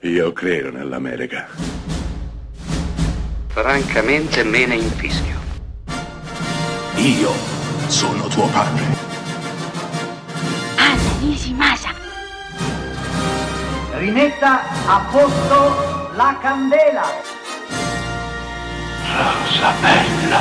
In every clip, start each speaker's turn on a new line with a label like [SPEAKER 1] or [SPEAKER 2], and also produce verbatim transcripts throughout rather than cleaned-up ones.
[SPEAKER 1] Io credo nell'America.
[SPEAKER 2] Francamente me ne infischio.
[SPEAKER 3] Io sono tuo padre.
[SPEAKER 4] Anna Nishimasa.
[SPEAKER 5] Rimetta a posto la candela.
[SPEAKER 3] Rosa bella.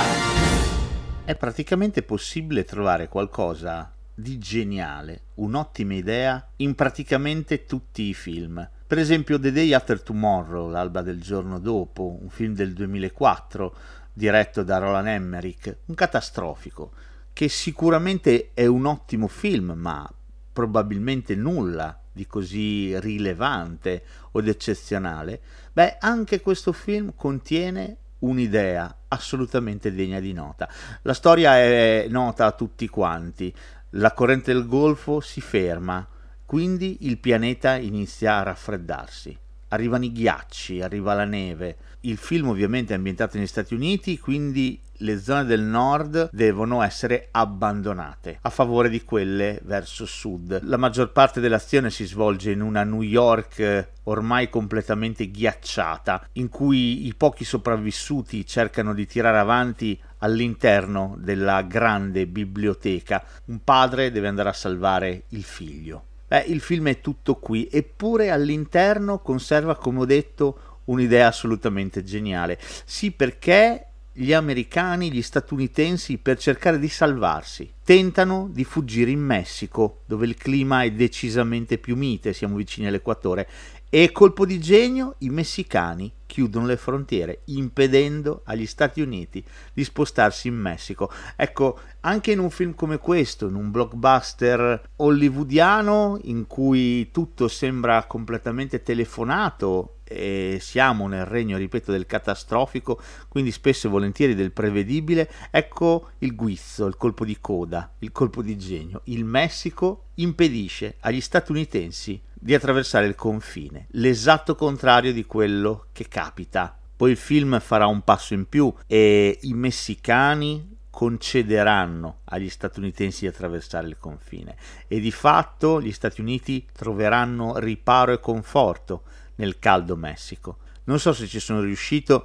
[SPEAKER 6] È praticamente possibile trovare qualcosa di geniale, un'ottima idea in praticamente tutti i film. Per esempio The Day After Tomorrow, l'alba del giorno dopo, un film del duemilaquattro diretto da Roland Emmerich, un catastrofico, che sicuramente è un ottimo film, ma probabilmente nulla di così rilevante o eccezionale. Beh, anche questo film contiene un'idea assolutamente degna di nota. La storia è nota a tutti quanti. La corrente del Golfo si ferma, quindi il pianeta inizia a raffreddarsi. Arrivano i ghiacci, arriva la neve. Il film ovviamente è ambientato negli Stati Uniti, quindi le zone del nord devono essere abbandonate a favore di quelle verso sud. La maggior parte dell'azione si svolge in una New York ormai completamente ghiacciata, in cui i pochi sopravvissuti cercano di tirare avanti all'interno della grande biblioteca. Un padre deve andare a salvare il figlio. Beh, il film è tutto qui, eppure all'interno conserva, come ho detto, un'idea assolutamente geniale. Sì, perché gli americani, gli statunitensi, per cercare di salvarsi, tentano di fuggire in Messico, dove il clima è decisamente più mite, siamo vicini all'equatore, e colpo di genio i messicani chiudono le frontiere, impedendo agli Stati Uniti di spostarsi in Messico. Ecco, anche in un film come questo, in un blockbuster hollywoodiano in cui tutto sembra completamente telefonato e siamo nel regno, ripeto, del catastrofico, quindi spesso e volentieri del prevedibile, ecco il guizzo, il colpo di coda, il colpo di genio. Il Messico impedisce agli statunitensi di attraversare il confine, l'esatto contrario di quello che capita. Poi il film farà un passo in più e i messicani concederanno agli statunitensi di attraversare il confine e di fatto gli Stati Uniti troveranno riparo e conforto nel caldo Messico. Non so se ci sono riuscito,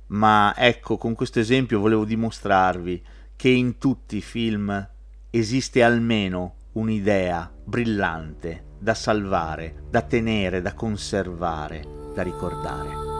[SPEAKER 6] ma ecco, con questo esempio volevo dimostrarvi che in tutti i film esiste almeno un'idea brillante da salvare, da tenere, da conservare, da ricordare.